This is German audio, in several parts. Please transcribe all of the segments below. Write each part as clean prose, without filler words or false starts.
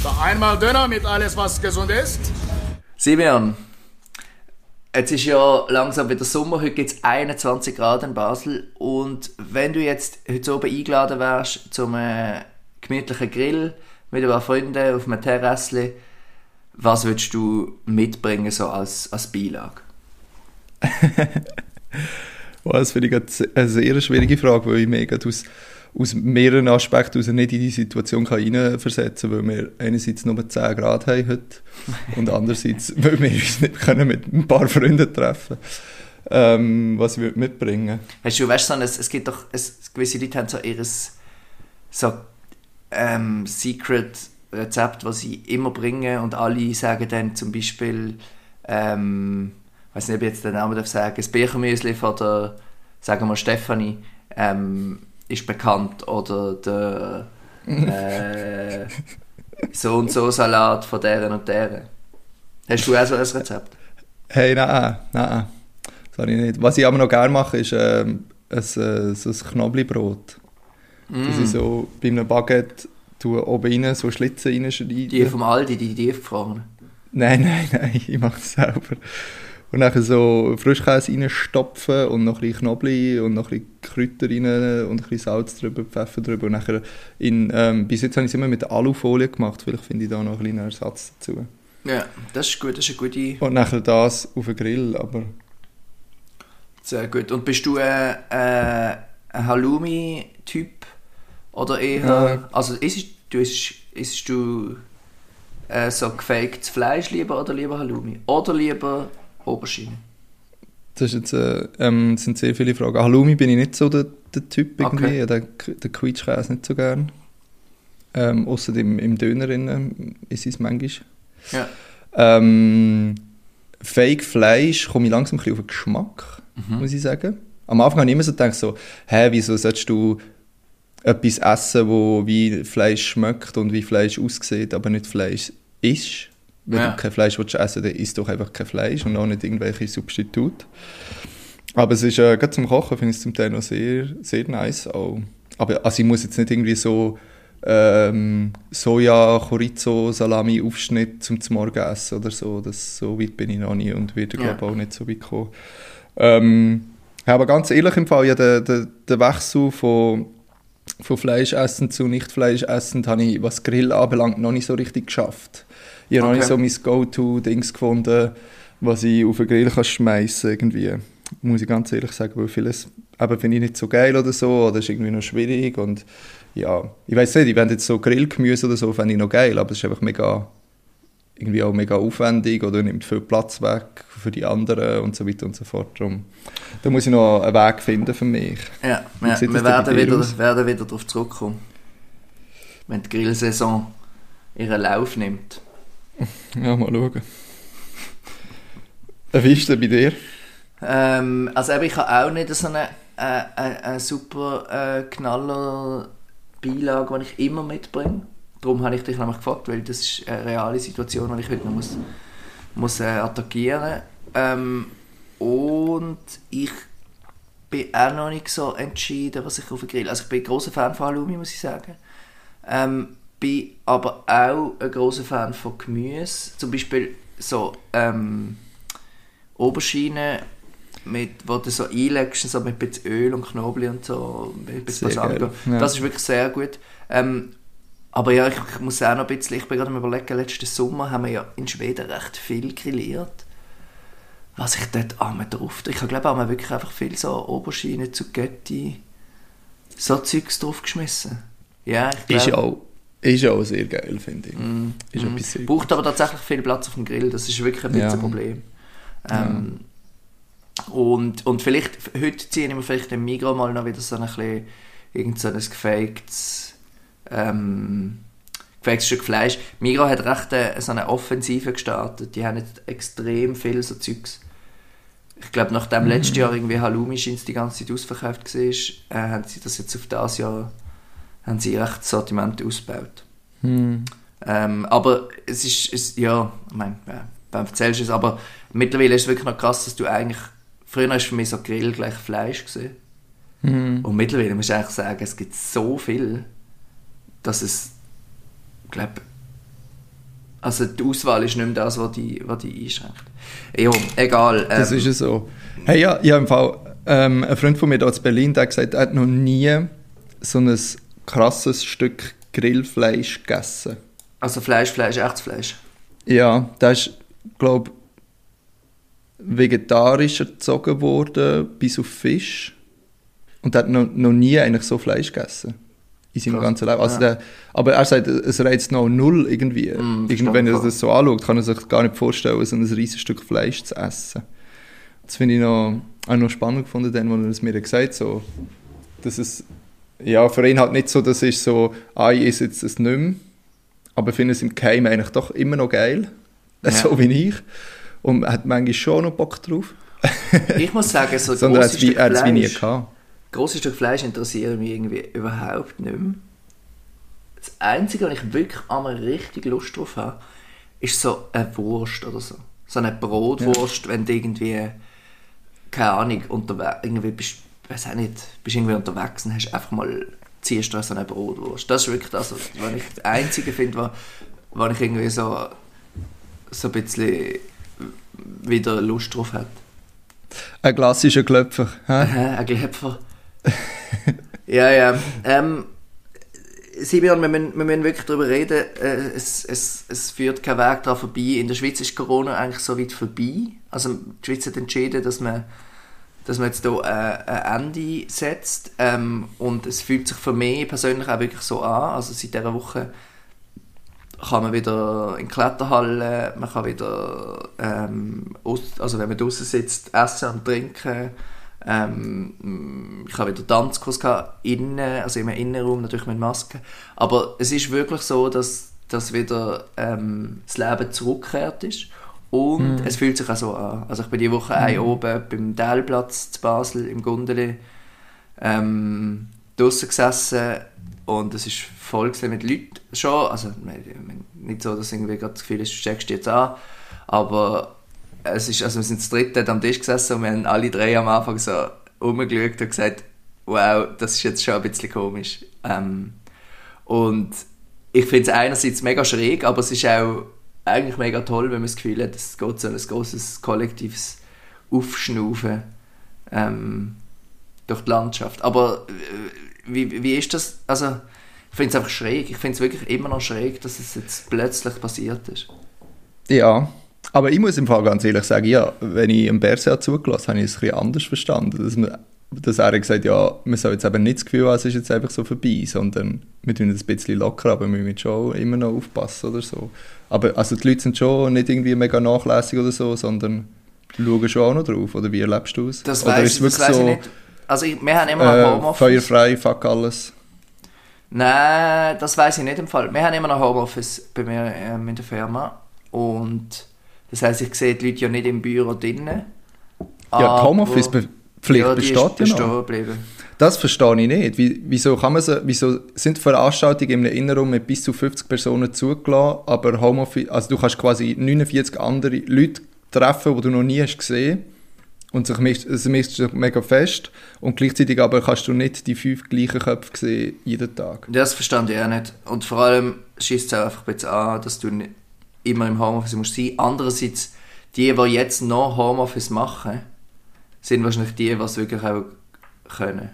Da einmal Döner mit alles, was gesund ist. Simeon, jetzt ist ja langsam wieder Sommer, heute gibt es 21 Grad in Basel und wenn du jetzt heute oben eingeladen wärst zum gemütlichen Grill mit ein paar Freunden auf einem Terrassli, was würdest du mitbringen so als Beilage? Das finde ich eine sehr schwierige Frage, weil ich mich aus mehreren Aspekten nicht in die Situation hineinversetzen kann, weil wir einerseits nur 10 Grad haben heute und andererseits, weil wir uns nicht können mit ein paar Freunden treffen können. Was ich mitbringen Hast du, weißt du, es gibt doch, gewisse Leute haben so ihr Secret Rezept, was sie immer bringen und alle sagen dann zum Beispiel, ich weiß nicht, ob ich jetzt den Namen sagen darf, das Birchenmüsli von der, sagen wir Stefanie, ist bekannt oder der so und so Salat von deren und deren. Hast du auch so ein Rezept? Hey, nein, das habe ich nicht. Was ich aber noch gerne mache, ist so ein Knoblauchbrot. Das ist so bei einem Baguette oben rein, so Schlitze reinschneiden. Die vom Aldi, die tiefgefrorenen? Nein, ich mache es selber. Und dann so Frischkäse reinstopfen und noch ein bisschen Knoblauch und noch ein bisschen Kräuter rein und ein bisschen Salz drüber, Pfeffer drüber. Und dann bis jetzt habe ich es immer mit Alufolie gemacht, vielleicht finde ich da noch einen kleinen Ersatz dazu. Ja, das ist gut, das ist eine gute... Und nachher das auf den Grill, aber... Sehr gut. Und bist du ein Halloumi-Typ? Oder eher... Ja. Also isst du so gefaktes Fleisch lieber oder lieber Halloumi? Oder lieber Aubergine? Das sind sehr viele Fragen. Halloumi bin ich nicht so der Typ irgendwie. Okay. Den Quietschkäse nicht so gern. Ausser im Döner ist es manchmal. Ja. Fake Fleisch komme ich langsam ein bisschen auf den Geschmack, muss ich sagen. Am Anfang habe ich immer so gedacht, wieso solltest du etwas essen, wo wie Fleisch schmeckt und wie Fleisch aussieht, aber nicht Fleisch ist. Wenn du kein Fleisch willst essen, dann isst doch einfach kein Fleisch und auch nicht irgendwelche Substitute. Aber es ist, gerade zum Kochen finde ich es zum Teil noch sehr, sehr nice auch. Aber also ich muss jetzt nicht irgendwie so Soja, Chorizo, Salami, Aufschnitt zum Morgen essen oder so. So weit bin ich noch nie und werde glaube auch nicht so weit kommen. Aber ganz ehrlich im Fall, ja, der Wechsel von Fleischessen zu Nicht-Fleischessen habe ich, was Grill anbelangt, noch nicht so richtig geschafft. Ich habe noch nicht so mein Go-To-Dings gefunden, was ich auf den Grill schmeißen kann, irgendwie. Muss ich ganz ehrlich sagen, weil vieles finde ich nicht so geil oder so, oder ist irgendwie noch schwierig und ja, ich weiss nicht, ich fände jetzt so Grillgemüse oder so, fände ich noch geil, aber es ist einfach mega aufwendig oder nimmt viel Platz weg für die anderen und so weiter und so fort. Darum, da muss ich noch einen Weg finden für mich. Ja, wir werden wieder darauf zurückkommen, wenn die Grillsaison ihren Lauf nimmt. Ja, mal schauen. Wie ist das bei dir? Also ich habe auch nicht so eine super Knaller-Beilage, die ich immer mitbringe. Darum habe ich dich nämlich gefragt, weil das ist eine reale Situation, die ich heute noch muss attackieren. Und ich bin auch noch nicht so entschieden, was ich auf den Grill... Also ich bin ein grosser Fan von Halloumi, muss ich sagen. Bin aber auch ein grosser Fan von Gemüse. Zum Beispiel so Aubergine, wo du so einlegst, so mit ein bisschen Öl und Knoblauch und so, mit ein bisschen Balsamico. Ja. Das ist wirklich sehr gut. Aber ja, ich muss auch noch ein bisschen, ich bin gerade am Überlegen, letzten Sommer haben wir ja in Schweden recht viel grilliert. Was ich dort drauf tue. Ich habe glaube auch wirklich einfach viel so Aubergine, Zucchetti, so Zeugs draufgeschmissen. Ja, ich glaube... Ist ja auch sehr geil, finde ich. Braucht aber tatsächlich viel Platz auf dem Grill, das ist wirklich ein bisschen ein Problem. Und vielleicht, heute ziehe ich mir vielleicht im Migros mal noch wieder so ein bisschen irgend so ein gefaktes Stück Fleisch. Migros hat recht so eine Offensive gestartet, die haben nicht extrem viel so Zeugs. Ich glaube, nachdem letztes Jahr irgendwie Halloumi die ganze Zeit ausverkauft war, haben sie das jetzt auf dieses Jahr haben sie recht das Sortiment ausgebaut. Aber es ist ja, ich meine, beim erzählst du es, aber mittlerweile ist es wirklich noch krass, dass du eigentlich, früher war für mich so Grill gleich Fleisch gewesen. Und mittlerweile musst du eigentlich sagen, es gibt so viel, dass es, glaube Also die Auswahl ist nicht mehr das, was die einschränkt. Ja, egal. Das ist ja so. Hey, ja, ich habe im Fall ein Freund von mir hier in Berlin, der hat gesagt, er hat noch nie so ein krasses Stück Grillfleisch gegessen. Also Fleisch, echtes Fleisch? Ja, der ist, glaube ich, vegetarisch erzogen worden, bis auf Fisch. Und er hat noch nie eigentlich so Fleisch gegessen. In seinem ganzen Leben. Also aber er sagt, es reizt noch null irgendwie. Wenn er das so anschaut, kann er sich gar nicht vorstellen, so ein riesiges Stück Fleisch zu essen. Das finde ich auch noch spannend gefunden, als er es mir gesagt hat, so, dass es ja, für ihn halt nicht so, das ist so, ich esse jetzt es nicht mehr, aber finde es im Keim eigentlich doch immer noch geil, so wie ich. Und er hat manchmal schon noch Bock drauf. Ich muss sagen, so er hat es wie nie gehabt. Grosses Stück Fleisch interessiert mich irgendwie überhaupt nicht mehr. Das Einzige, was ich wirklich einmal richtig Lust drauf habe, ist so eine Wurst oder so. So eine Brotwurst, wenn du irgendwie, keine Ahnung, irgendwie bist, weiß auch nicht, bist irgendwie unterwegs und hast einfach mal, ziehst du so eine Brotwurst. Das ist wirklich das, was ich das Einzige finde, wo ich irgendwie so ein bisschen wieder Lust drauf habe. Ein klassischer Klöpfer. Ein Klöpfer. Ja. Simeon, wir müssen wirklich darüber reden. Es führt kein Weg daran vorbei. In der Schweiz ist Corona eigentlich so weit vorbei. Also die Schweiz hat entschieden, dass man jetzt hier ein Ende setzt. Und es fühlt sich für mich persönlich auch wirklich so an. Also seit dieser Woche kann man wieder in Kletterhallen, man kann wieder, also wenn man draußen sitzt, essen und trinken. Ich habe wieder Tanzkurs innen, also im Innenraum, natürlich mit Maske. Aber es ist wirklich so, dass wieder das Leben zurückgekehrt ist. Und es fühlt sich auch so an. Also ich bin diese Woche oben beim Delplatz zu Basel im Gundeli draussen gesessen und es ist voll mit Leuten schon. Also nicht so, dass irgendwie gerade das Gefühl ist, du steckst jetzt an, aber es ist, also wir sind das dritte am Tisch gesessen und wir haben alle drei am Anfang so rumgeschaut und gesagt, wow, das ist jetzt schon ein bisschen komisch. Und ich finde es einerseits mega schräg, aber es ist auch eigentlich mega toll, wenn man das Gefühl hat, es geht so ein grosses kollektives Aufschnaufen durch die Landschaft. Aber wie ist das? Also, ich finde es einfach schräg. Ich finde es wirklich immer noch schräg, dass es jetzt plötzlich passiert ist. Ja, aber ich muss im Fall ganz ehrlich sagen, ja, wenn ich im Berse zugelassen habe, habe ich es ein bisschen anders verstanden. Dass er gesagt hat, ja, man soll jetzt eben nicht das Gefühl haben, es ist jetzt einfach so vorbei, sondern wir tun es ein bisschen locker, aber wir müssen schon immer noch aufpassen oder so. Aber also die Leute sind schon nicht irgendwie mega nachlässig oder so, sondern schauen schon auch noch drauf. Oder wie erlebst du es? Das weiss ich nicht. Also wir haben immer noch Homeoffice. Feuerfrei, fuck alles. Nein, das weiss ich nicht im Fall. Wir haben immer noch Homeoffice bei mir in der Firma. Und das heisst, ich sehe die Leute ja nicht im Büro drinnen. Ja, die Homeoffice-Pflicht besteht ja noch. Das verstehe ich nicht. Wieso sind Veranstaltungen im Innenraum mit bis zu 50 Personen zugelassen, aber Homeoffice, also du kannst quasi 49 andere Leute treffen, die du noch nie hast gesehen, und es mischt sich mega fest, und gleichzeitig aber kannst du nicht die 5 gleichen Köpfe sehen jeden Tag. Das verstand ich auch nicht. Und vor allem schießt es auch einfach ein bisschen an, dass du nicht immer im Homeoffice musst sein. Andererseits, die jetzt noch Homeoffice machen, sind wahrscheinlich die es wirklich auch können.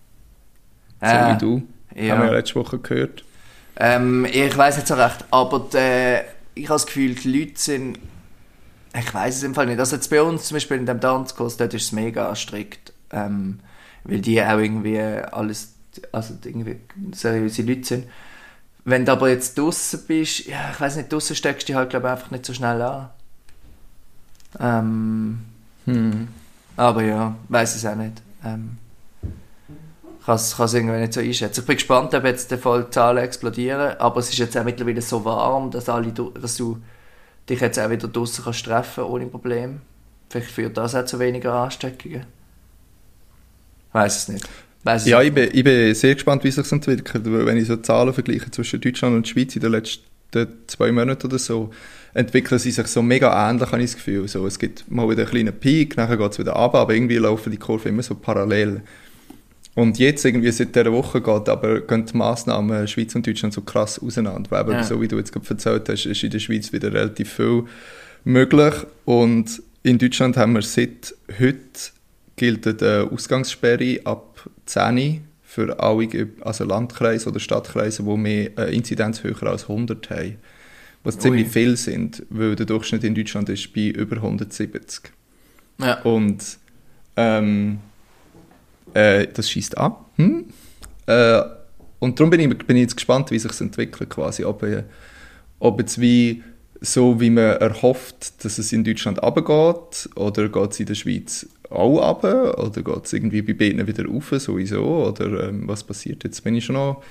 So wie du. Ja. Haben wir ja letzte Woche gehört. Ich weiss nicht so recht, aber ich habe das Gefühl, die Leute sind... Ich weiss es im Fall nicht. Also jetzt bei uns zum Beispiel in dem Tanzkurs, dort ist es mega strikt, weil die auch irgendwie alles, also irgendwie seriöse Leute sind. Wenn du aber jetzt draussen bist, ja, ich weiss nicht, draussen steckst du dich halt, glaube ich, einfach nicht so schnell an. Aber ja, weiss es auch nicht. Kann es irgendwie nicht so einschätzen. Ich bin gespannt, ob jetzt voll die Zahlen explodieren, aber es ist jetzt auch mittlerweile so warm, dass du dich jetzt auch wieder draussen kannst treffen ohne Problem. Vielleicht führt das auch zu weniger Ansteckungen. Ich weiss es nicht. Ja, ich bin sehr gespannt, wie es sich entwickelt. Wenn ich so Zahlen vergleiche zwischen Deutschland und Schweiz in den letzten 2 Monaten oder so, entwickeln sie sich so mega ähnlich, habe ich das Gefühl. So, es gibt mal wieder einen kleinen Peak, nachher geht es wieder runter, aber irgendwie laufen die Kurven immer so parallel. Und jetzt irgendwie seit dieser Woche gehen die Massnahmen Schweiz und Deutschland so krass auseinander. Weil so wie du jetzt gerade erzählt hast, ist in der Schweiz wieder relativ viel möglich. Und in Deutschland haben wir seit heute gilt eine Ausgangssperre ab 10 für alle, also Landkreise oder Stadtkreise, die mehr Inzidenz höher als 100 haben. Was ziemlich viel sind, weil der Durchschnitt in Deutschland ist bei über 170. Ja. Und das schießt an. Und darum bin ich jetzt gespannt, wie sich es entwickelt, quasi. Ob jetzt wie so, wie man erhofft, dass es in Deutschland runtergeht, oder geht es in der Schweiz auch runter, oder geht es irgendwie bei beiden wieder rauf, sowieso, oder was passiert jetzt? Bin ich schon noch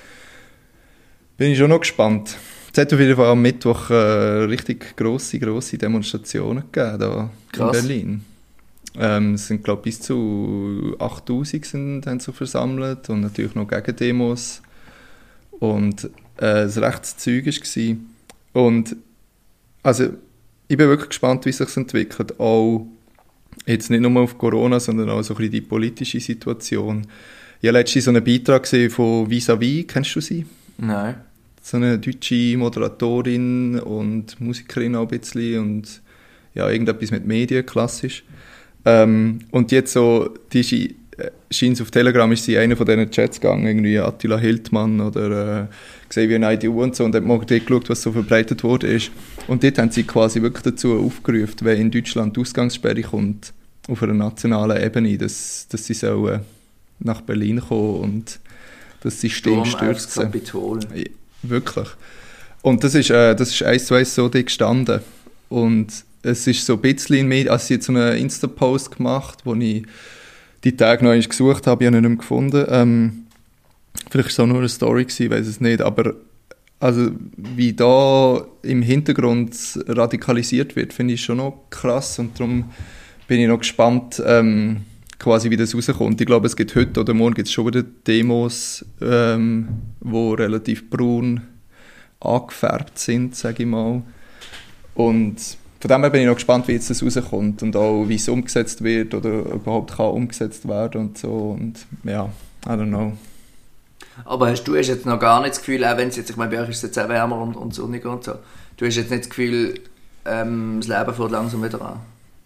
gespannt. Es hat auf jeden Fall am Mittwoch richtig grosse Demonstrationen gegeben, da in Berlin. Es sind, glaube ich, bis zu 8000 haben so versammelt und natürlich noch Gegendemos. Und ein rechtes Zeug war. Und also, ich bin wirklich gespannt, wie es sich entwickelt. Auch jetzt nicht nur auf Corona, sondern auch so ein bisschen die politische Situation. Ich habe letztens so einen Beitrag gesehen von Vis-à-vis. Kennst du sie? Nein. So eine deutsche Moderatorin und Musikerin auch ein bisschen und ja, irgendetwas mit Medien, klassisch. Und jetzt so, die scheint auf Telegram, ist sie einer von diesen Chats gegangen, irgendwie Attila Hildmann oder Xavier Naidoo und so, und hat mal dort geschaut, was so verbreitet wurde. Und dort haben sie quasi wirklich dazu aufgerufen, wenn in Deutschland die Ausgangssperre kommt, auf einer nationalen Ebene, dass sie sollen nach Berlin kommen und das System stürzen. Kapitol. Ja, wirklich. Und das ist 1:1 so dick gestanden. Und es ist so ein bisschen in Medien, also ich habe jetzt so einen Insta-Post gemacht, wo ich die Tage noch gesucht habe, ich habe ihn nicht mehr gefunden. Vielleicht war es auch nur eine Story gewesen, ich weiß es nicht, aber also wie da im Hintergrund radikalisiert wird, finde ich schon noch krass, und darum bin ich noch gespannt, quasi wie das rauskommt. Ich glaube, es gibt heute oder morgen gibt's schon wieder Demos, die relativ braun angefärbt sind, sage ich mal. Und von dem her bin ich noch gespannt, wie jetzt das rauskommt und auch, wie es umgesetzt wird oder überhaupt kann umgesetzt werden und so. Und ja, I don't know. Aber hast jetzt noch gar nicht das Gefühl, auch wenn es jetzt, ich meine, bei euch ist es jetzt auch wärmer und sonniger und so, du hast jetzt nicht das Gefühl, das Leben fängt langsam wieder an?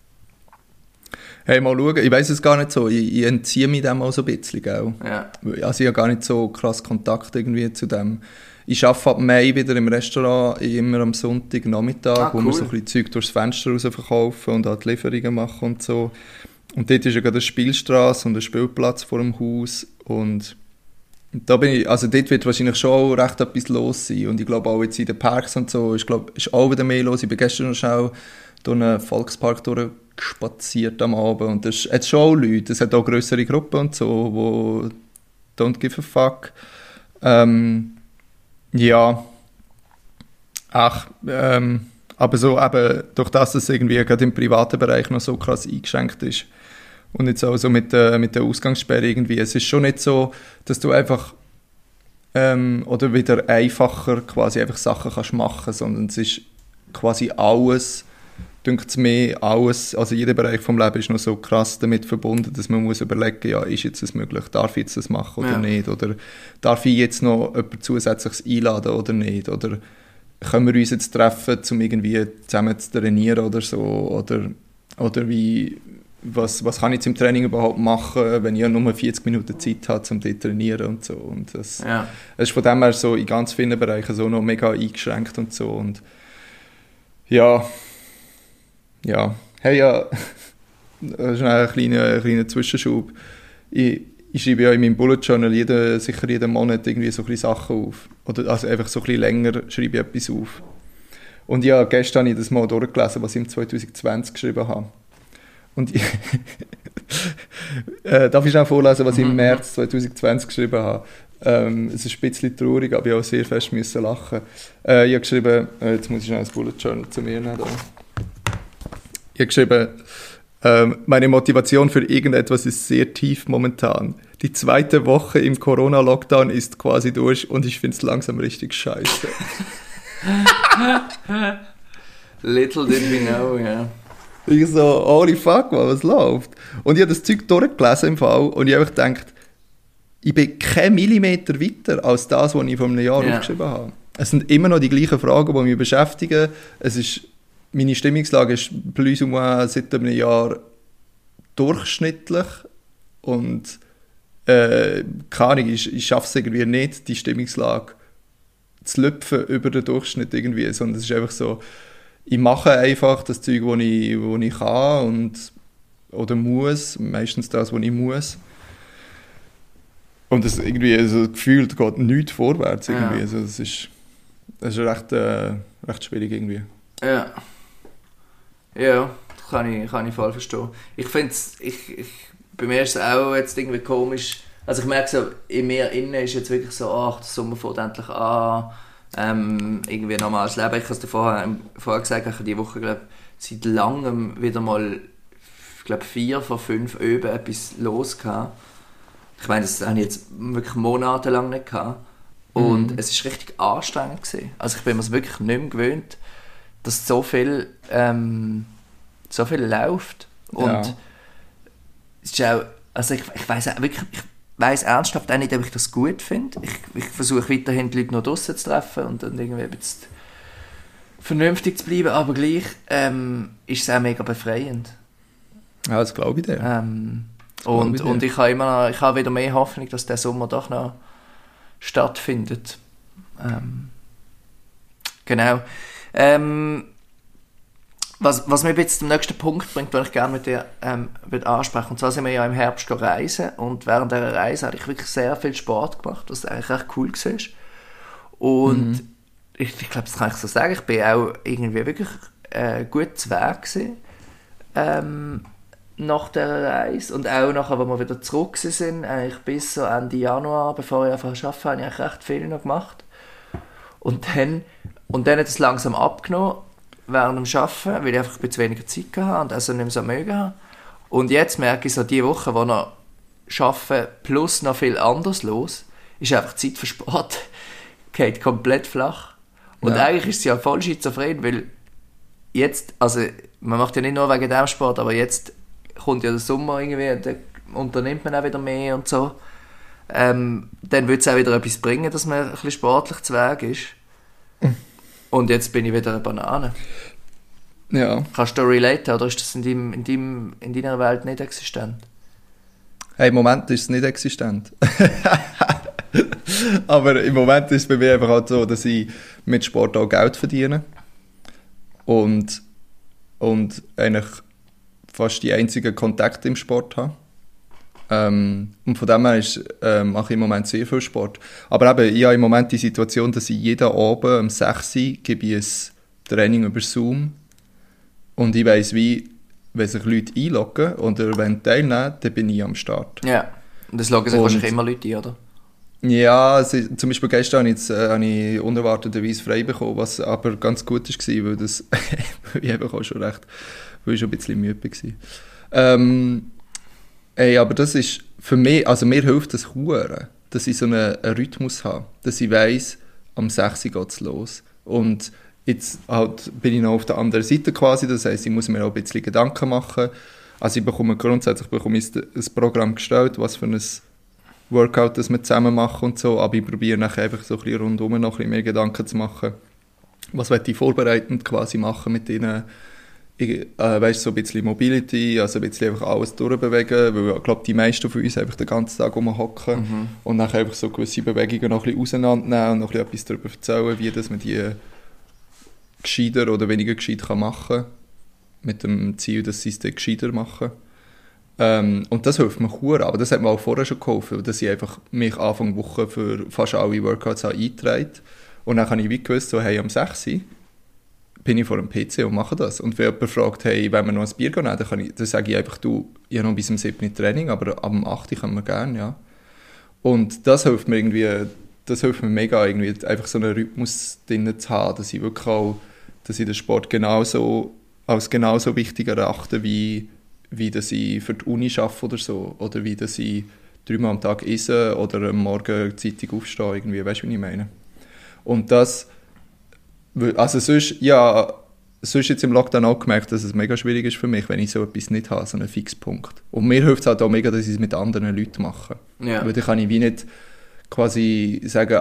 Hey, mal schauen, ich weiss es gar nicht so, ich entziehe mich dem auch so ein bisschen, gell? Ja. Also ich habe gar nicht so krass Kontakt irgendwie zu dem. Ich arbeite ab Mai wieder im Restaurant, immer am Sonntagnachmittag, wo wir so ein bisschen Zeug durchs Fenster raus verkaufen und auch die Lieferungen machen und so. Und dort ist ja gerade eine Spielstraße und ein Spielplatz vor dem Haus. Und da bin ich, also dort wird wahrscheinlich schon auch recht etwas los sein. Und ich glaube auch jetzt in den Parks und so ist auch wieder mehr los. Ich bin gestern noch schnell durch einen Volkspark durchgespaziert am Abend. Und es hat schon auch Leute, es hat auch grössere Gruppen und so, wo don't give a fuck. Ja, aber so eben, durch das, dass es irgendwie gerade im privaten Bereich noch so krass eingeschränkt ist und jetzt auch so mit der Ausgangssperre irgendwie, es ist schon nicht so, dass du einfach oder wieder einfacher quasi einfach Sachen kannst machen, sondern es ist quasi alles, denkt es mehr, alles, also jeder Bereich vom Leben ist noch so krass damit verbunden, dass man muss überlegen, ja, ist jetzt das möglich, darf ich jetzt das machen oder nicht, oder darf ich jetzt noch jemand Zusätzliches einladen oder nicht, oder können wir uns jetzt treffen, um irgendwie zusammen zu trainieren oder so, oder wie, was kann ich jetzt im Training überhaupt machen, wenn ich ja nur 40 Minuten Zeit habe, um dort zu trainieren und so, und das ist von dem her so in ganz vielen Bereichen so noch mega eingeschränkt und so, und ja, hey, ja, schnell ein kleiner Zwischenschub. Ich schreibe ja in meinem Bullet Journal sicher jeden Monat irgendwie so ein bisschen Sachen auf. Oder also einfach so ein bisschen länger schreibe ich etwas auf. Und ja, gestern habe ich das mal durchgelesen, was ich im 2020 geschrieben habe. Und darf ich auch vorlesen, was ich im März 2020 geschrieben habe? Es ist ein bisschen traurig, aber ich auch sehr fest müssen lachen. Ich habe geschrieben, jetzt muss ich schnell das Bullet Journal zu mir nehmen. Ich habe geschrieben, meine Motivation für irgendetwas ist sehr tief momentan. Die 2. Woche im Corona-Lockdown ist quasi durch und ich finde es langsam richtig scheiße. Little did we know, ja. Yeah. Ich so, holy fuck, man, was läuft? Und ich habe das Zeug durchgelesen im Fall und ich habe gedacht, ich bin kein Millimeter weiter als das, was ich vor einem Jahr aufgeschrieben habe. Es sind immer noch die gleichen Fragen, die mich beschäftigen. Meine Stimmungslage ist plus ou moins seit einem Jahr durchschnittlich und keine Ahnung, ich schaffe es irgendwie nicht, die Stimmungslage zu lüpfen über den Durchschnitt irgendwie, sondern es ist einfach so, ich mache einfach das Zeug, das ich kann oder muss, meistens das, was ich muss. Und das irgendwie, also gefühlt geht nichts vorwärts irgendwie. Also das ist recht schwierig irgendwie. Ja, kann ich voll verstehen. Ich finde es, bei mir ist es auch jetzt irgendwie komisch. Also ich merke so, in mir innen ist jetzt wirklich so, der Sommer fängt endlich an. Irgendwie ein normales Leben. Ich habe es dir vorher gesagt, ich habe diese Woche, glaube seit langem wieder mal, ich glaube 4 von 5 Öben etwas los gehabt. Ich meine, das habe ich jetzt wirklich monatelang nicht gehabt. Und es war richtig anstrengend gewesen. Also ich bin mir es wirklich nicht mehr gewöhnt, dass so viel läuft. Und es ist auch, also ich weiss ernsthaft auch nicht, ob ich das gut finde. Ich versuche weiterhin die Leute noch draussen zu treffen und dann irgendwie ein bisschen vernünftig zu bleiben, aber gleich ist es auch mega befreiend. Ja, das glaube ich dir. Und ich habe wieder mehr Hoffnung, dass der Sommer doch noch stattfindet. Genau. Was mich jetzt zum nächsten Punkt bringt, den ich gerne mit dir ansprechen. Und zwar sind wir ja im Herbst reisen und während dieser Reise habe ich wirklich sehr viel Sport gemacht, was eigentlich recht cool war. Und ich glaube, das kann ich so sagen, ich bin auch irgendwie wirklich gut zu Weg gewesen, nach dieser Reise. Und auch nachher, als wir wieder zurück sind, eigentlich bis so Ende Januar, bevor ich angefangen zu arbeiten, habe ich eigentlich recht viel noch gemacht. Und dann hat es langsam abgenommen während dem Arbeiten, weil ich einfach ein bisschen weniger Zeit hatte und also nicht mehr so mögen habe. Und jetzt merke ich so, die Woche, wo noch arbeiten plus noch viel anderes los, ist einfach Zeit für Sport geht komplett flach. Und eigentlich ist es ja voll schizophren, weil jetzt, also man macht ja nicht nur wegen dem Sport, aber jetzt kommt ja der Sommer irgendwie, da unternimmt man auch wieder mehr und so. Dann würde es auch wieder etwas bringen, dass man ein bisschen sportlich zu Weg ist. Und jetzt bin ich wieder eine Banane. Ja. Kannst du da relaten, oder ist das in deiner Welt nicht existent? Hey, im Moment ist es nicht existent. Aber im Moment ist es bei mir einfach halt so, dass ich mit Sport auch Geld verdiene. Und eigentlich fast die einzigen Kontakte im Sport habe. Und von dem her mache ich im Moment sehr viel Sport. Aber eben, ich habe im Moment die Situation, dass ich jeden Abend um 6 Uhr gebe ich ein Training über Zoom. Und ich weiss, wie, wenn sich Leute einloggen oder wenn teilnehmen, dann bin ich am Start. Ja, und das loggen sich wahrscheinlich immer Leute ein, oder? Ja, zum Beispiel gestern habe ich unerwarteterweise frei bekommen, was aber ganz gut war, weil ich eben auch schon weil ich schon ein bisschen müde war. Aber das ist für mich, also mir hilft das hure, dass ich so einen Rhythmus habe, dass ich weiss, am 6 Uhr geht es los. Und jetzt halt bin ich noch auf der anderen Seite quasi, das heisst, ich muss mir auch ein bisschen Gedanken machen. Also ich bekomme grundsätzlich ein Programm gestellt, was für ein Workout das wir zusammen machen und so, aber ich probiere nachher einfach so ein bisschen rundum noch ein bisschen mehr Gedanken zu machen. Was möchte ich vorbereitend quasi machen mit ihnen? Weißt, so ein bisschen Mobility, also ein bisschen einfach alles durchbewegen, weil ich glaube, die meisten von uns einfach den ganzen Tag rumhocken und dann einfach so gewisse Bewegungen noch ein bisschen auseinandernehmen und noch ein bisschen etwas darüber erzählen, wie dass man die gescheiter oder weniger gescheit machen kann, mit dem Ziel, dass sie es dann gescheiter machen. Und das hilft mir sehr, aber das hat mir auch vorher schon geholfen, dass ich einfach mich Anfang der Woche für fast alle Workouts eingetragen und dann habe ich wie gewusst, so, hey, am 6 Uhr bin ich vor dem PC und mache das. Und wenn jemand fragt, hey, wollen wir noch ein Bier nehmen, dann sage ich einfach, du, ich habe noch bis zum 7. Training, aber ab dem 8. können wir gerne, ja. Und das hilft mir mega, irgendwie einfach so einen Rhythmus drin zu haben, dass ich wirklich auch, dass ich den Sport als genauso wichtig erachte, wie dass ich für die Uni arbeite oder so. Oder wie dass ich 3-mal am Tag esse oder am Morgen zeitig aufstehe, irgendwie, weißt du, wie ich meine? Und das, also sonst, ja, sonst jetzt im Lockdown auch gemerkt, dass es mega schwierig ist für mich, wenn ich so etwas nicht habe, so einen Fixpunkt. Und mir hilft es halt auch mega, dass ich es mit anderen Leuten mache. Ja. Weil dann kann ich wie nicht quasi sagen,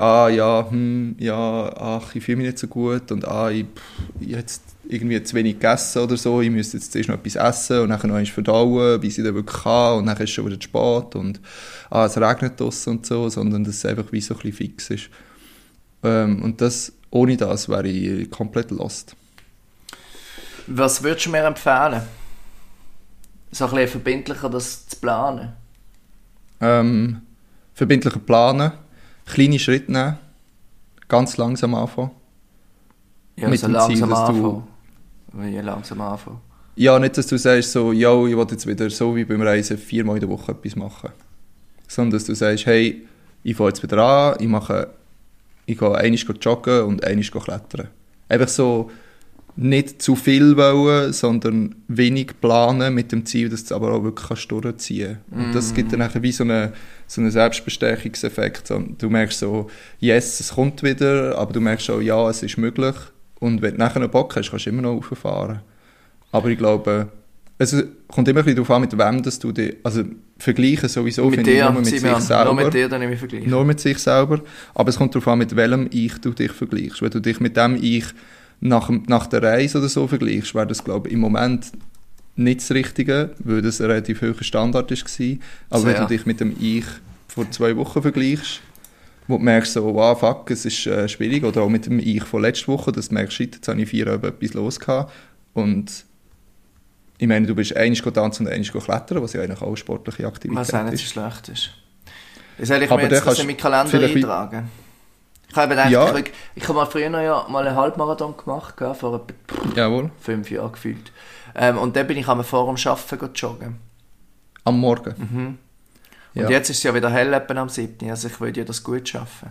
ich fühle mich nicht so gut und ich habe jetzt irgendwie zu wenig gegessen oder so, ich müsste jetzt zuerst noch etwas essen und dann noch einmal verdauen, bis ich dann wirklich kann und dann ist es schon wieder zu spät und es regnet draussen und so, sondern dass es einfach wie so ein bisschen fix ist. Und ohne das wäre ich komplett lost. Was würdest du mir empfehlen? So ein bisschen verbindlicher das zu planen? Verbindlicher planen, kleine Schritte nehmen, ganz langsam anfangen. Ja, mit so dem langsam Ziel, dass anfangen. Wie langsam anfangen? Ja, nicht, dass du sagst, so, ich will jetzt wieder so wie beim Reisen 4-mal in der Woche etwas machen. Sondern dass du sagst, hey, ich fange jetzt wieder an, ich gehe einmal joggen und einmal klettern. Einfach so nicht zu viel wollen, sondern wenig planen mit dem Ziel, dass du es aber auch wirklich durchziehen kannst. Und das gibt dann nachher wie so einen Selbstbestärkungseffekt. Du merkst so, yes, es kommt wieder, aber du merkst auch, ja, es ist möglich. Und wenn du nachher einen Bock hast, kannst du immer noch rauffahren. Aber ich glaube, es kommt immer ein bisschen darauf an, mit wem dass du dich, also vergleichen sowieso, finde ich, nur mit sich selber. Nur mit dir dann nicht vergleichen. Nur mit sich selber. Aber es kommt darauf an, mit welchem Ich du dich vergleichst. Wenn du dich mit dem Ich nach der Reise oder so vergleichst, wäre das, glaube ich, im Moment nicht das Richtige, weil das ein relativ hoher Standard war. Aber wenn du dich mit dem Ich vor 2 Wochen vergleichst, wo du merkst, so, wow, fuck, es ist schwierig, oder auch mit dem Ich von letzter Woche, dass du merkst, shit, jetzt habe ich 4 Jahre etwas los gehabt. Und ich meine, du bist einmal tanzen und einmal klettern, was ja eigentlich auch eine sportliche Aktivität ist. Was auch nicht so schlecht ist. Soll ich mir jetzt das in meinen Kalender eintragen? Ich habe gedacht, ich habe mal früher noch mal einen Halbmarathon gemacht, vor etwa 5 Jahren gefühlt. Und dann bin ich vor dem Arbeiten joggen. Am Morgen? Mhm. Und jetzt ist es ja wieder hell am 7. Also ich will ja das gut schaffen.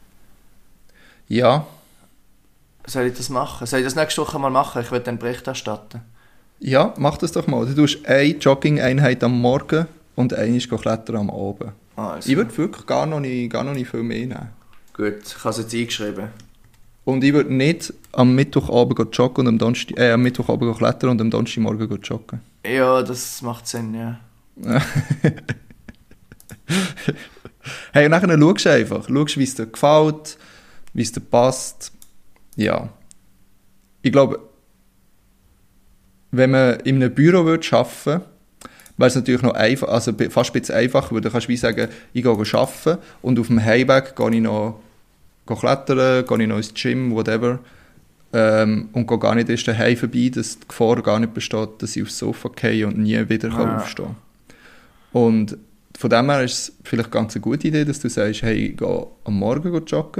Ja. Soll ich das machen? Soll ich das nächste Woche mal machen? Ich will den Bericht erstatten. Ja, mach das doch mal. Du tust eine Jogging-Einheit am Morgen und eine klettern am Abend. Also. Ich würde wirklich gar noch nicht viel mehr nehmen. Gut, ich habe es jetzt eingeschrieben. Und ich würde nicht am Mittwochabend joggen und am Mittwochabend klettern und am Donnerstagmorgen joggen. Ja, das macht Sinn, ja. Hey, und dann schaust du einfach. Schaust, wie es dir gefällt, wie es dir passt. Ja. Ich glaube, wenn man in einem Büro arbeiten würde, wäre es natürlich noch einfach, also fast ein bisschen einfacher, weil du kannst wie sagen, ich gehe arbeiten und auf dem Heimweg gehe ich noch klettern, gehe ich noch ins Gym, whatever, und gehe gar nicht erst daheim vorbei, dass die Gefahr gar nicht besteht, dass ich aufs Sofa gehe und nie wieder aufstehen kann. Und von dem her ist es vielleicht ganz eine gute Idee, dass du sagst, hey, ich gehe am Morgen joggen.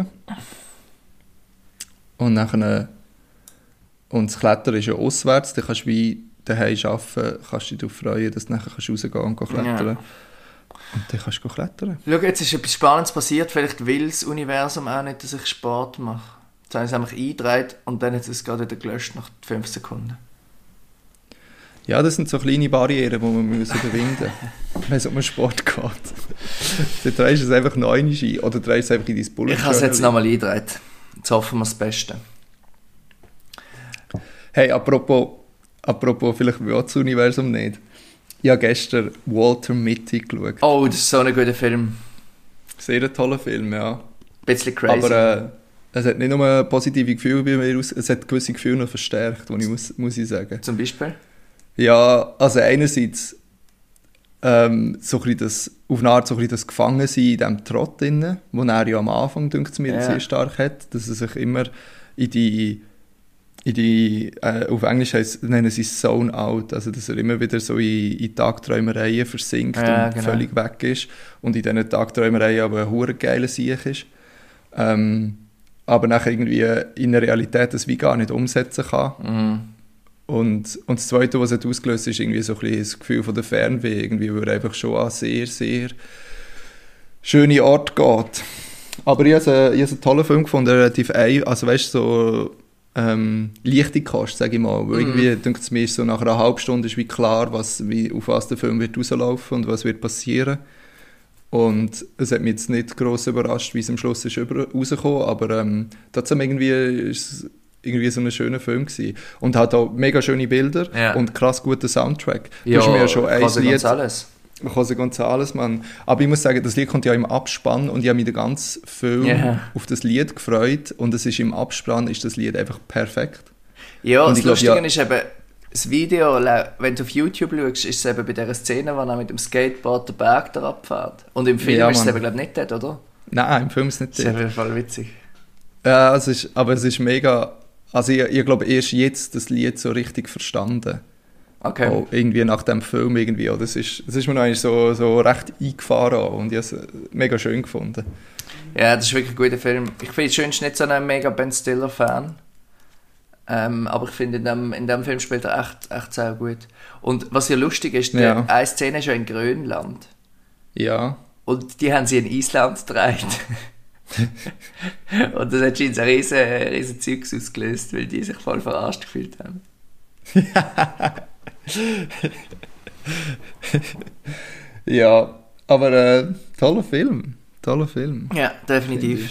Und nachher, und das Klettern ist ja auswärts, dann kannst du wie daheim arbeiten, kannst dich darauf freuen, dass du nachher rausgehen und klettern. Ja. Und dann kannst du klettern. Schau, jetzt ist etwas Spannendes passiert. Vielleicht will das Universum auch nicht, dass ich Sport mache. Jetzt habe ich es einfach eingetragen und dann hat es gerade wieder gelöscht nach 5 Sekunden. Ja, das sind so kleine Barrieren, die man überwinden muss, wenn es um Sport geht. Dann drehst du es einfach noch einmal ein oder drehst es einfach in dein Bullet. Ich habe es jetzt nochmal eingetragen. Jetzt hoffen wir das Beste. Hey, apropos vielleicht will das Universum nicht. Ich habe gestern Walter Mitty geschaut. Oh, das ist so ein guter Film. Sehr ein toller Film, ja. Ein bisschen crazy. Aber es hat nicht nur positive Gefühle bei mir, es hat gewisse Gefühle noch verstärkt, muss ich sagen. Zum Beispiel? Ja, also einerseits so ein bisschen auf eine Art so ein bisschen das Gefangensein in diesem Trott drin, wo er ja am Anfang, denke ich mir, sehr stark hat, dass er sich immer in die auf Englisch nennen sie es Zone Out, also dass er immer wieder so in Tagträumereien versinkt und völlig weg ist und in diesen Tagträumereien aber ein verdammt geiler Sieg ist. Aber nachher irgendwie in der Realität das wie gar nicht umsetzen kann. Mhm. Und das Zweite, was er ausgelöst hat, ist irgendwie so ein bisschen das Gefühl von der Fernweh, irgendwie, wo er einfach schon an sehr, sehr schöne Orte geht. Aber ich habe einen tollen Film gefunden, relativ also weißt du, so leichte Kost, sage ich mal. Weil irgendwie, denke ich mir, so nach einer halben Stunde ist wie klar, auf was der Film wird rauslaufen und was wird passieren. Und es hat mich jetzt nicht gross überrascht, wie es am Schluss ist rausgekommen, aber trotzdem irgendwie ist irgendwie so ein schöner Film gewesen. Und hat auch mega schöne Bilder und krass guten Soundtrack. Ja, du hast mir ja schon ein Lied... José González, Mann. Aber ich muss sagen, das Lied kommt ja im Abspann und ich habe mich den ganzen Film auf das Lied gefreut und es ist im Abspann ist das Lied einfach perfekt. Ja, und das Lustige ist eben, das Video, wenn du auf YouTube schaust, ist es eben bei dieser Szene, wo er mit dem Skateboard den Berg da abfährt. Und im Film ist es eben, glaube ich, nicht dort, oder? Nein, im Film ist es nicht dort. Das ist auf jeden Fall witzig. Ja, es ist mega... Also ich glaube, erst jetzt das Lied so richtig verstanden. Okay. Auch irgendwie nach dem Film irgendwie. Das ist mir noch eigentlich so recht eingefahren und ich habe es mega schön gefunden. Ja, das ist wirklich ein guter Film. Ich bin schönst nicht so ein mega Ben Stiller-Fan. Aber ich finde, in dem Film spielt er echt sehr gut. Und was ja lustig ist, eine Szene ist ja in Grönland. Ja. Und die haben sie in Island gedreht. Und das hat schon ein riesen Zeugs ausgelöst, weil die sich voll verarscht gefühlt haben. Ja, aber toller Film. Ja, definitiv.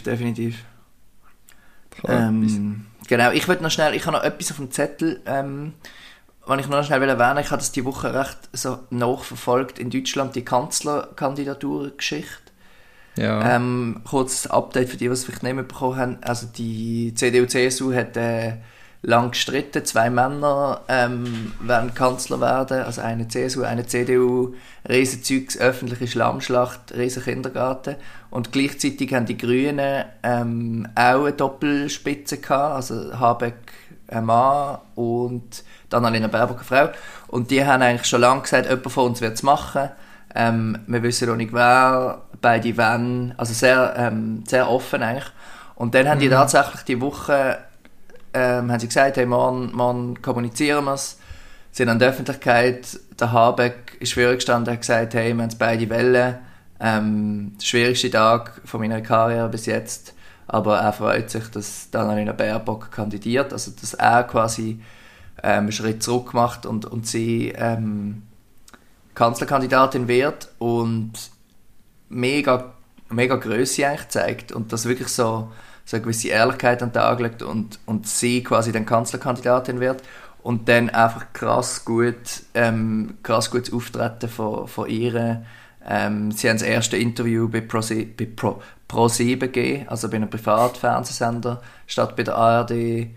Genau, ich wollte noch schnell, ich habe noch etwas auf dem Zettel, was ich noch schnell erwähnen will. Ich habe das die Woche recht so nachverfolgt in Deutschland, die Kanzlerkandidatur-Geschichte. Ja. Kurzes Update für die, die es vielleicht nicht mitbekommen haben. Also die CDU-CSU hat lang gestritten. 2 Männer werden Kanzler werden. Also eine CSU, eine CDU. Riesenzeugs, öffentliche Schlammschlacht, riesen Kindergarten. Und gleichzeitig haben die Grünen auch eine Doppelspitze gehabt. Also Habeck ein Mann und dann Annalena Baerbock eine Frau. Und die haben eigentlich schon lange gesagt, jemand von uns wird es machen. Wir wissen auch nicht wer, beide wann. Also sehr offen eigentlich. Und dann haben die tatsächlich die Woche haben sie gesagt, hey, morgen kommunizieren wir es. Sie sind an der Öffentlichkeit, der Habeck ist vorgestanden, hat gesagt, hey, wir haben es beide Wellen. Der schwierigste Tag von meiner Karriere bis jetzt. Aber er freut sich, dass Annalena Baerbock kandidiert, also dass er quasi einen Schritt zurück macht und sie Kanzlerkandidatin wird und mega Grösse eigentlich zeigt und das wirklich so eine gewisse Ehrlichkeit an den Tag legt und sie quasi dann Kanzlerkandidatin wird und dann einfach krass gutes Auftreten von ihr. Sie haben das erste Interview bei Pro7 gegeben, also bei einem Privatfernsehsender, statt bei der ARD.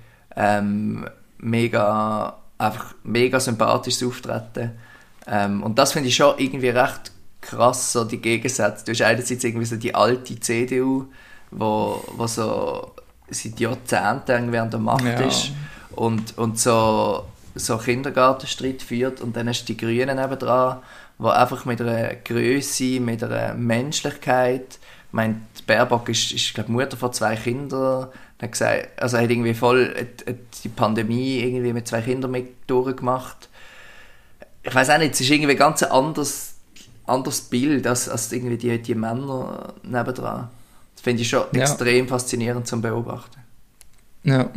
Mega sympathisches Auftreten. Und das finde ich schon irgendwie recht krass, so die Gegensätze. Du hast einerseits irgendwie so die alte CDU, wo so seit Jahrzehnten irgendwie an der Macht ist und so Kindergartenstreit führt und dann hast du die Grünen nebendran, die einfach mit einer Grösse, mit einer Menschlichkeit, ich meine, Baerbock ist glaube Mutter von 2 Kindern, hat gesagt, also hat irgendwie voll die Pandemie irgendwie mit 2 Kindern mit durchgemacht. Ich weiß auch nicht, es ist irgendwie ein ganz anderes Bild als irgendwie die Männer nebendran. Das finde ich schon extrem faszinierend zum Beobachten. Ja.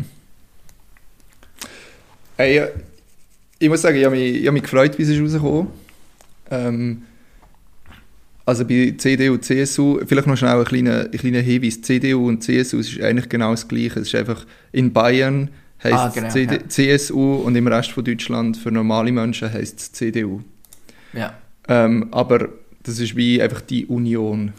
Hey, ich muss sagen, ich habe mich gefreut, wie es ist rausgekommen. Also bei CDU und CSU, vielleicht noch schnell ein kleiner Hinweis, CDU und CSU ist eigentlich genau das Gleiche. Es ist einfach, in Bayern heisst es CSU und im Rest von Deutschland für normale Menschen heisst es CDU. Ja. Aber das ist wie einfach die Union.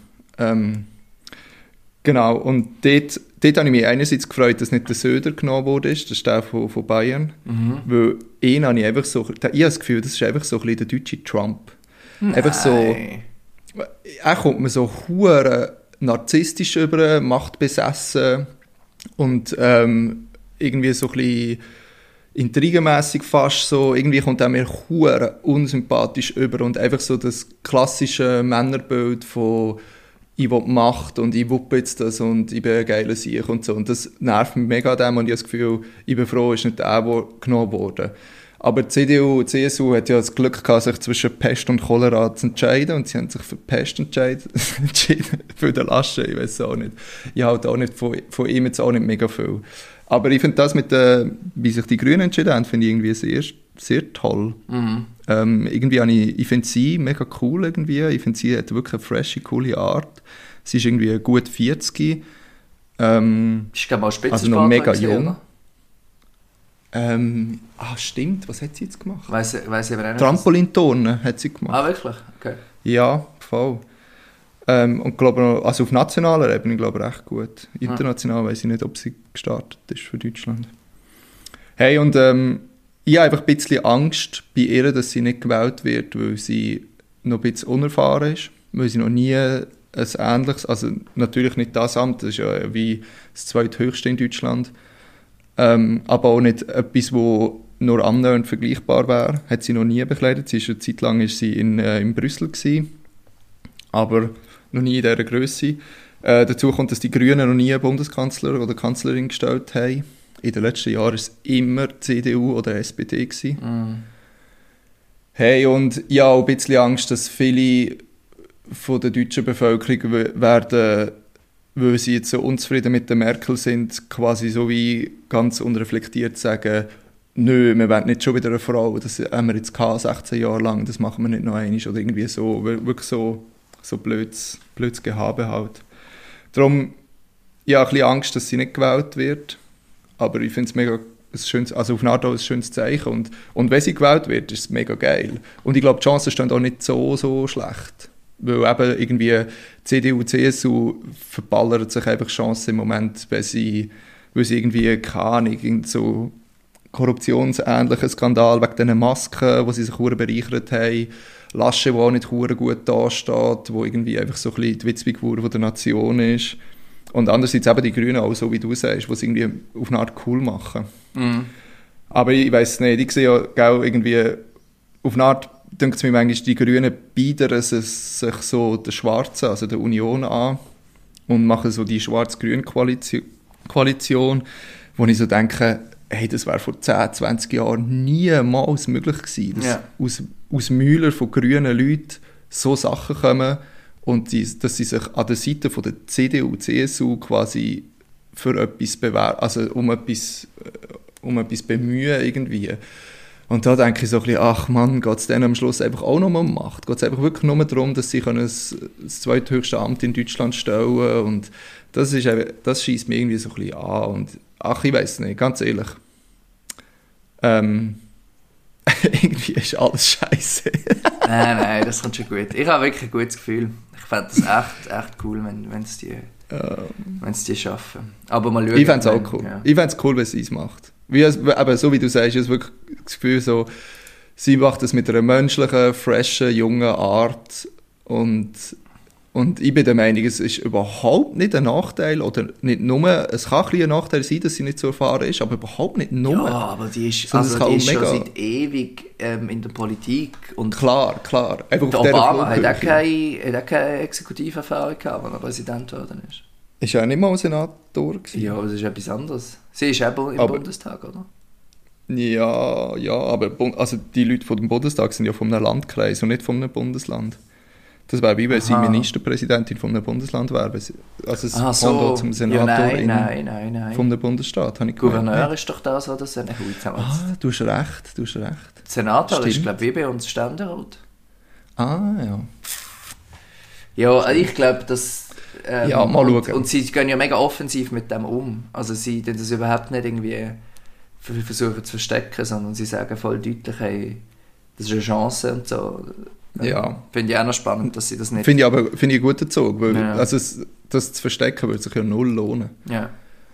Genau, und dort habe ich mich einerseits gefreut, dass nicht der Söder genommen wurde, das ist der von Bayern, weil ihn habe ich einfach so, ich habe das Gefühl, das ist einfach so ein bisschen der deutsche Trump. Nein. Einfach so, er kommt mir so hure narzisstisch über, machtbesessen und irgendwie so ein bisschen intrigenmässig fast so, irgendwie kommt er mir hure unsympathisch über und einfach so das klassische Männerbild von ich will Macht und ich wuppe jetzt das und ich bin ein geiler Sieg und so. Und das nervt mich mega an dem und ich habe das Gefühl, ich bin froh, ist nicht der genommen wurde. Aber die CDU und die CSU hat ja das Glück gehabt, sich zwischen Pest und Cholera zu entscheiden und sie haben sich für Pest entschieden, für den Laschet, ich weiß auch nicht. Ich halte auch nicht von ihm jetzt auch nicht mega viel. Aber ich finde das wie sich die Grünen entschieden haben, finde ich irgendwie sehr, sehr toll. Irgendwie ich finde sie mega cool irgendwie. Ich finde, sie hat wirklich eine frische, coole Art. Sie ist irgendwie gut 40. Ich glaube auch Spitzensportlerin. Also noch mega jung. Oder? Stimmt, was hat sie jetzt gemacht? Weiss ich aber auch nicht. Trampolinturnen hat sie gemacht. Ah, wirklich? Okay. Ja, voll. Und glaube also auf nationaler Ebene glaube ich recht gut. International weiss ich nicht, ob sie gestartet ist für Deutschland. Hey, und ich habe einfach ein bisschen Angst bei ihr, dass sie nicht gewählt wird, weil sie noch ein bisschen unerfahren ist, weil sie noch nie ein ähnliches, also natürlich nicht das Amt, das ist ja wie das zweithöchste in Deutschland, aber auch nicht etwas, das nur annähernd vergleichbar wäre, hat sie noch nie bekleidet. Eine Zeit lang war sie in Brüssel gewesen, aber noch nie in dieser Grösse. Dazu kommt, dass die Grünen noch nie einen Bundeskanzler oder Kanzlerin gestellt haben. In den letzten Jahren war es immer CDU oder SPD gewesen. Hey, und ich habe auch ein bisschen Angst, dass viele von der deutschen Bevölkerung werden, weil sie jetzt so unzufrieden mit der Merkel sind, quasi so wie ganz unreflektiert sagen, nö, wir wollen nicht schon wieder eine Frau, das haben wir jetzt gehabt, 16 Jahre lang, das machen wir nicht noch einmal oder irgendwie so, wirklich so blödes Gehabe halt. Darum, ich habe ein bisschen Angst, dass sie nicht gewählt wird, aber ich finde es mega ein schönes, also auf eine Art auch ein schönes Zeichen und wenn sie gewählt wird, ist es mega geil. Und ich glaube, die Chancen stehen auch nicht so schlecht. Weil eben irgendwie CDU, CSU verballern sich einfach Chancen im Moment, weil sie irgendwie, keine Ahnung, so korruptionsähnlichen Skandal wegen diesen Masken, wo sie sich verdammt bereichert haben, Lasche, die auch nicht verdammt gut dasteht, wo irgendwie einfach so ein bisschen die Witzfigur der Nation ist. Und andererseits eben die Grünen auch, so wie du sagst, die es irgendwie auf eine Art cool machen. Aber ich weiss nicht, ich sehe ja auch irgendwie auf eine Art, denkt es mir manchmal, die Grünen biedern sich so der Schwarzen, also der Union an und machen so die Schwarz-Grün-Koalition, wo ich so denke, hey, das wäre vor 10, 20 Jahren niemals möglich gewesen, dass aus Mühler von grünen Leuten so Sachen kommen und dass sie sich an der Seite von der CDU, CSU quasi für etwas um etwas bemühen irgendwie. Und da denke ich so ein bisschen, ach Mann, geht es denen am Schluss einfach auch noch um Macht? Geht es einfach wirklich nur darum, dass sie das zweithöchste Amt in Deutschland stellen? Und das scheisst mir irgendwie so ein bisschen an. Und ach, ich weiss nicht, ganz ehrlich. Irgendwie ist alles scheiße. Nein, das kommt schon gut. Ich habe wirklich ein gutes Gefühl. Ich fände das echt cool, wenn es die schaffen. Aber mal schauen. Ich fände es auch cool. Ja. Ich fände es cool, wenn sie es macht. Aber so wie du sagst, ist wirklich das Gefühl so, sie macht das mit einer menschlichen, freshen, jungen Art und ich bin der Meinung, es ist überhaupt nicht ein Nachteil oder nicht nur, es kann ein bisschen ein Nachteil sein, dass sie nicht so erfahren ist, aber überhaupt nicht nur. Ja, aber die ist schon seit ewig in der Politik. Und klar. Einfach der Obama hat auch keine Exekutiverfahrung gehabt, als er Präsident geworden ist. Ist ja nicht mal Senator gewesen. Ja, aber das ist etwas anderes. Sie ist eben im Bundestag, oder? Ja, aber also die Leute vom Bundestag sind ja von einem Landkreis und nicht von einem Bundesland. Das wäre wie wenn sie Ministerpräsidentin von einem Bundesland wäre. Also es kommt auch zum Senator nein. von einem Bundesstaat. Gouverneur ist doch das, oder? Du hast recht. Der Senator Stimmt. Ist, glaube ich, wie bei uns Ständerat. Ja. Ja, ich glaube, dass... mal schauen. Und sie gehen ja mega offensiv mit dem um. Also sie tun das überhaupt nicht irgendwie versuchen zu verstecken, sondern sie sagen voll deutlich, hey, das ist eine Chance und so. Ja. Finde ich auch noch spannend, dass sie das nicht... Finde ich einen guten Zug, weil also das zu verstecken würde sich ja null lohnen. Ja.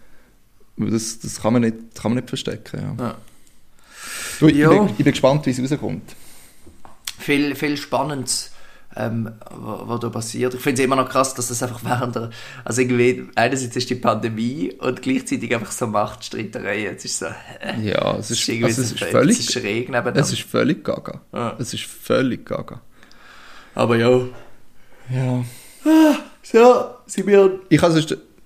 Das kann man nicht verstecken, ja. Du, ich bin gespannt, wie es rauskommt. Viel Spannendes, was da passiert. Ich finde es immer noch krass, dass das einfach also irgendwie, einerseits ist die Pandemie und gleichzeitig einfach so Machtstreitereien. Es ist so... Ja, es ist völlig... Es ist schräg nebenan. Es ist völlig gaga. Ja. Es ist völlig gaga. Aber ja. Ja. So, sind wir... Ich habe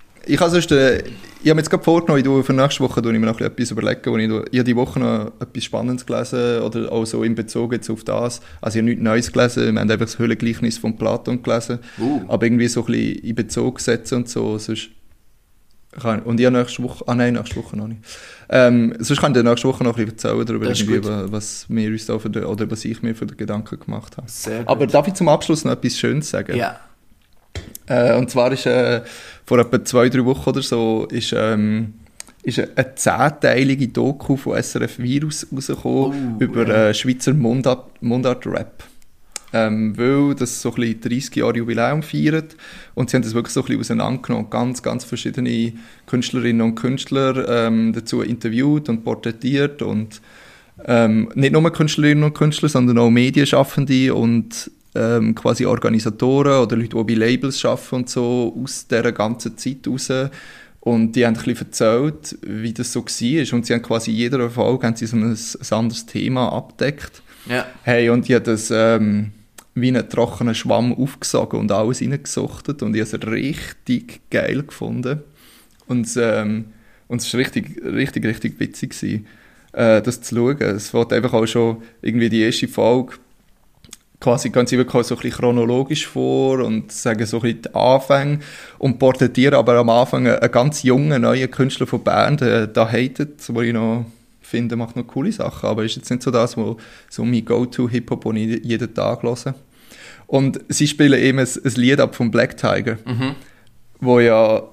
mir jetzt gerade vorgenommen, für nächste Woche ich mir noch etwas überlegen, ich habe die Woche noch etwas Spannendes gelesen, oder auch so in Bezug jetzt auf das. Also ich habe nichts Neues gelesen, wir haben einfach das Höhlengleichnis von Platon gelesen, aber irgendwie so ein bisschen in Bezug setzen und so. Sonst und ich habe nächste Woche noch nicht. Sonst kann ich dir nächste Woche noch ein bisschen erzählen darüber, was wir uns da oder was ich mir für den Gedanken gemacht habe. Sehr gut. Aber darf ich zum Abschluss noch etwas Schönes sagen? Ja. Und zwar ist vor etwa 2-3 Wochen oder so ist ist eine 10-teilige Doku von SRF Virus rausgekommen über Schweizer Mundart-Rap. Weil das so ein bisschen 30 Jahre Jubiläum feiert und sie haben das wirklich so ein bisschen auseinandergenommen, ganz, ganz verschiedene Künstlerinnen und Künstler dazu interviewt und porträtiert und nicht nur Künstlerinnen und Künstler, sondern auch Medienschaffende und quasi Organisatoren oder Leute, die bei Labels arbeiten und so aus dieser ganzen Zeit raus. Und die haben ein bisschen erzählt, wie das so war. Und sie haben quasi in jeder Folge haben sie so ein anderes Thema abgedeckt. Ja. Hey, und ich habe das wie einen trockenen Schwamm aufgesogen und alles reingesuchtet. Und ich habe es richtig geil gefunden. Und es war richtig, richtig, richtig witzig gewesen, das zu schauen. Es wird einfach auch schon irgendwie die erste Folge quasi gehen sie wirklich so ein bisschen chronologisch vor und sagen so ein bisschen die Anfänge und porträtieren aber am Anfang einen ganz jungen, neuen Künstler von Bern, der Hated, wo ich noch finde, macht noch coole Sachen, aber ist jetzt nicht so das, wo so mein Go-To-Hip-Hop, den ich jeden Tag höre. Und sie spielen eben ein Lied ab von Black Tiger, wo ja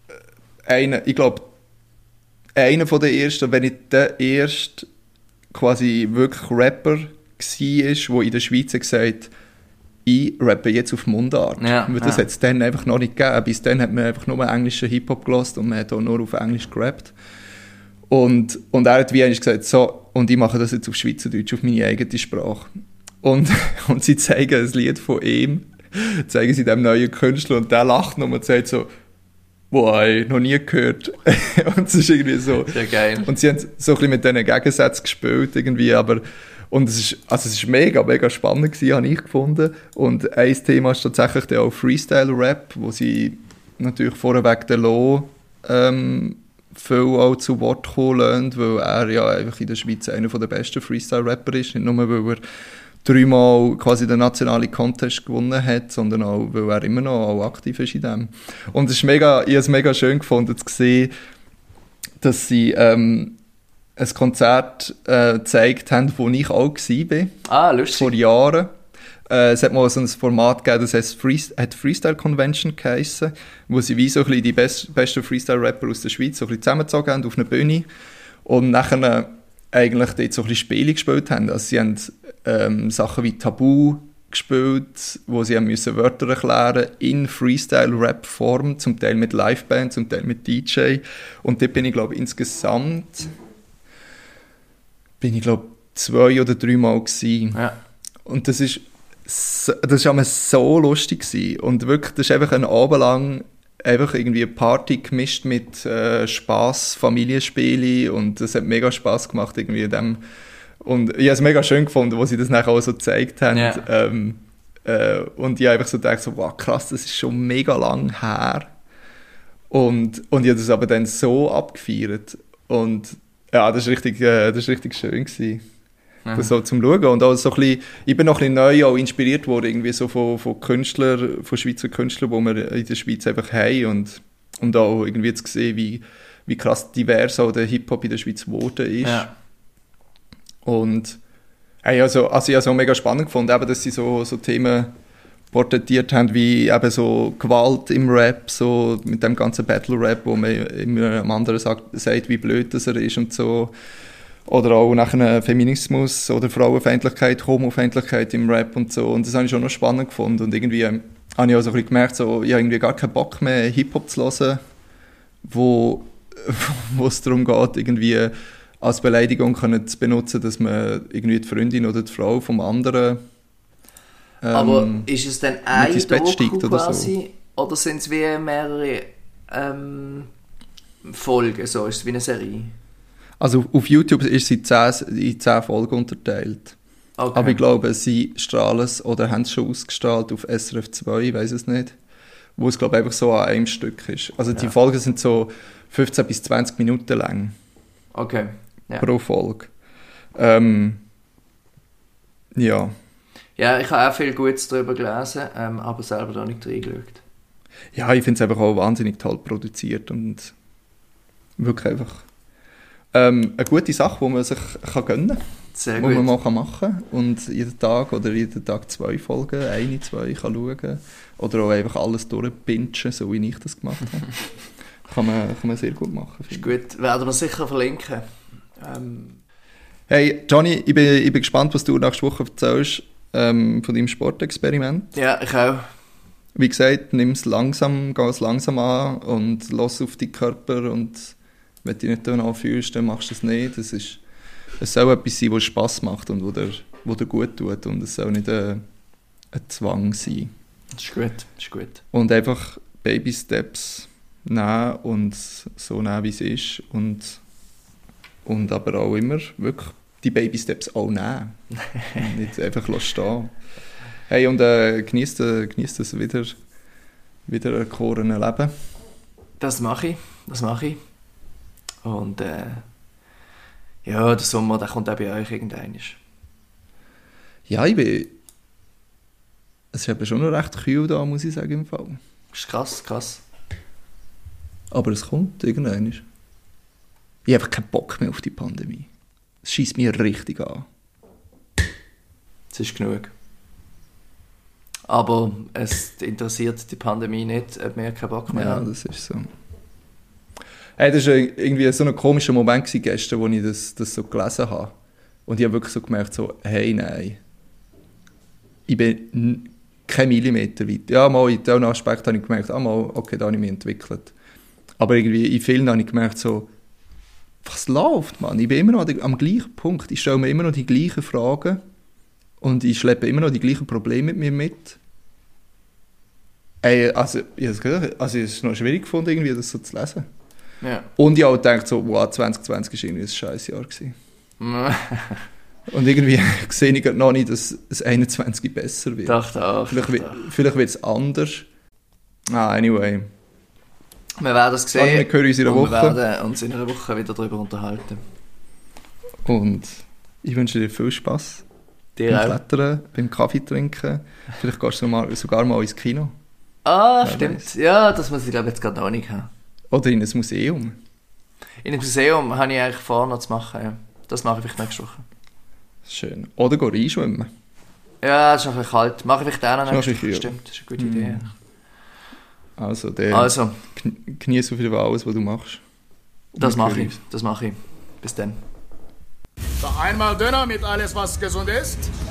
ich glaube, einer von den ersten, wenn nicht der erste quasi wirklich Rapper war, der in der Schweiz gesagt hat, ich rappe jetzt auf Mundart. Ja, weil das hat es dann einfach noch nicht gegeben. Bis dann hat man einfach nur englischen Hip-Hop gehört und man hat auch nur auf Englisch gerappt. Und er hat wie eigentlich gesagt, so, und ich mache das jetzt auf Schweizerdeutsch, auf meine eigene Sprache. Und sie zeigen ein Lied von ihm, zeigen sie dem neuen Künstler und der lacht noch und sagt so, boah, ey, noch nie gehört. Und es ist irgendwie so. Sehr geil. Und sie haben so ein bisschen mit diesen Gegensätzen gespielt irgendwie, aber und es ist mega, mega spannend gewesen, habe ich gefunden. Und ein Thema ist tatsächlich auch Freestyle-Rap, wo sie natürlich vorweg den Lo viel auch zu Wort kommen lassen, weil er ja einfach in der Schweiz einer der besten Freestyle-Rapper ist. Nicht nur, weil er 3-mal quasi den nationalen Contest gewonnen hat, sondern auch, weil er immer noch auch aktiv ist in dem. Und es ist mega, ich habe es mega schön gefunden zu sehen, dass sie ein Konzert gezeigt haben, wo ich auch war. Ah, lustig. Vor Jahren. Es hat mal so ein Format gegeben, das hat Freestyle Convention geheissen, wo sie wie so ein bisschen die besten Freestyle-Rapper aus der Schweiz so ein bisschen zusammengezogen haben auf einer Bühne und nachher eigentlich dort so ein bisschen Spiele gespielt haben. Also sie haben Sachen wie Tabu gespielt, wo sie haben müssen Wörter erklären in Freestyle-Rap-Form, zum Teil mit Liveband, zum Teil mit DJ. Und dort bin ich, glaube ich, insgesamt 2 oder 3 Mal gewesen. Ja. Und das war immer so lustig gewesen. Und wirklich, das ist einfach ein Abend lang einfach irgendwie eine Party gemischt mit Spass, Familienspielen und das hat mega Spass gemacht irgendwie in dem. Und ich habe es mega schön gefunden, wo sie das nachher auch so gezeigt haben. Yeah. Und ich habe einfach so gedacht, so, wow, krass, das ist schon mega lang her. Und ich habe das aber dann so abgefeiert. Und ja, das war richtig schön gewesen. Das so zum Schauen. Und auch so ein bisschen, ich bin noch ein bisschen neu auch inspiriert worden, irgendwie so von Künstlern, von Schweizer Künstlern, die wir in der Schweiz einfach haben. Und auch irgendwie zu sehen, wie krass divers auch der Hip-Hop in der Schweiz geworden ist. Ja. Und hey, also ich habe es auch mega spannend gefunden, eben, dass sie so Themen porträtiert haben, wie eben so Gewalt im Rap, so mit dem ganzen Battle-Rap, wo man immer am anderen sagt, wie blöd das er ist und so. Oder auch nachher Feminismus oder Frauenfeindlichkeit, Homofeindlichkeit im Rap und so. Und das habe ich schon noch spannend gefunden. Und irgendwie habe ich auch so ein bisschen gemerkt, so, ich habe irgendwie gar keinen Bock mehr, Hip-Hop zu hören, wo es darum geht, irgendwie als Beleidigung zu benutzen, dass man irgendwie die Freundin oder die Frau vom anderen aber ist es dann ein Doku steigt oder quasi? So? Oder sind es wie mehrere Folgen? So? Ist es wie eine Serie? Also auf YouTube ist sie in 10 Folgen unterteilt. Okay. Aber ich glaube, sie strahlen es oder haben es schon ausgestrahlt auf SRF 2, ich weiß es nicht. Wo es, glaube ich, einfach so an einem Stück ist. Also die Folgen sind so 15 bis 20 Minuten lang. Okay. Ja. Pro Folge. Ja. Ja, ich habe auch viel Gutes darüber gelesen, aber selber da nicht reingeschaut. Ja, ich finde es einfach auch wahnsinnig toll produziert und wirklich einfach eine gute Sache, die man sich gönnen kann. Sehr gut. Die man mal machen kann und jeden Tag 2 Folgen, 1, 2 kann schauen. Oder auch einfach alles durchpinchen, so wie ich das gemacht habe. Kann man sehr gut machen. Ist gut, werden wir sicher verlinken. Hey, Johnny, ich bin gespannt, was du nächste Woche erzählst von deinem Sportexperiment. Ja, ich auch. Wie gesagt, nimm es langsam, geh es langsam an und lass auf deinen Körper und wenn du dich nicht danach fühlst, dann machst du es nicht. Es soll etwas sein, was Spass macht und wo dir gut tut und es soll nicht ein Zwang sein. Das ist gut. Und einfach Baby-Steps nehmen und so nehmen, wie es ist und aber auch immer wirklich die Baby-Steps auch nehmen. Nicht einfach stehen. Hey, und genießt das wieder erkorene Leben. Das mache ich. Und ja, der Sommer, der kommt auch bei euch irgendwann. Ja, es ist eben schon noch recht kühl da, muss ich sagen, im Fall. Das ist krass. Aber es kommt irgendwann. Ich habe einfach keinen Bock mehr auf die Pandemie. Es scheisst mir richtig an. Es ist genug. Aber es interessiert die Pandemie nicht, ob wir keinen Bock mehr haben. Ja, das ist so. Hey, das war irgendwie so ein komischer Moment gestern, wo ich das so gelesen habe. Und ich habe wirklich so gemerkt, so, hey, nein. Ich bin kein Millimeter weit. Ja, mal in diesem Aspekt habe ich gemerkt, okay, da habe ich mich entwickelt. Aber irgendwie in vielen habe ich gemerkt, so, was läuft, Mann? Ich bin immer noch am gleichen Punkt. Ich stelle mir immer noch die gleichen Fragen und ich schleppe immer noch die gleichen Probleme mit mir mit. Ey, also ich habe es noch schwierig gefunden, irgendwie das so zu lesen. Ja. Und ich habe auch gedacht, so, wow, 2020 war irgendwie ein scheiß Jahr gewesen. Und irgendwie sehe ich noch nicht, dass es 21 besser wird. Dachte auch. Vielleicht wird es anders. Anyway. Wir werden es sehen. Wir hören uns in einer Woche. Wir werden uns in einer Woche wieder darüber unterhalten. Und ich wünsche dir viel Spass. Dir beim auch. Klettern, beim Kaffee trinken. Vielleicht gehst du sogar mal ins Kino. Ah, stimmt. Ja, das muss ich glaube jetzt gerade noch nicht haben. Oder in ein Museum. In einem Museum habe ich eigentlich vor, noch zu machen. Ja. Das mache ich vielleicht nächste Woche. Schön. Oder geh reinschwimmen. Ja, es ist noch ein bisschen kalt. Mache ich vielleicht auch noch nächste Woche. Ja. Stimmt, das ist eine gute Idee. Also, genieß auf jeden Fall alles, was du machst. Das mache ich. Bis dann. So einmal Döner mit alles, was gesund ist.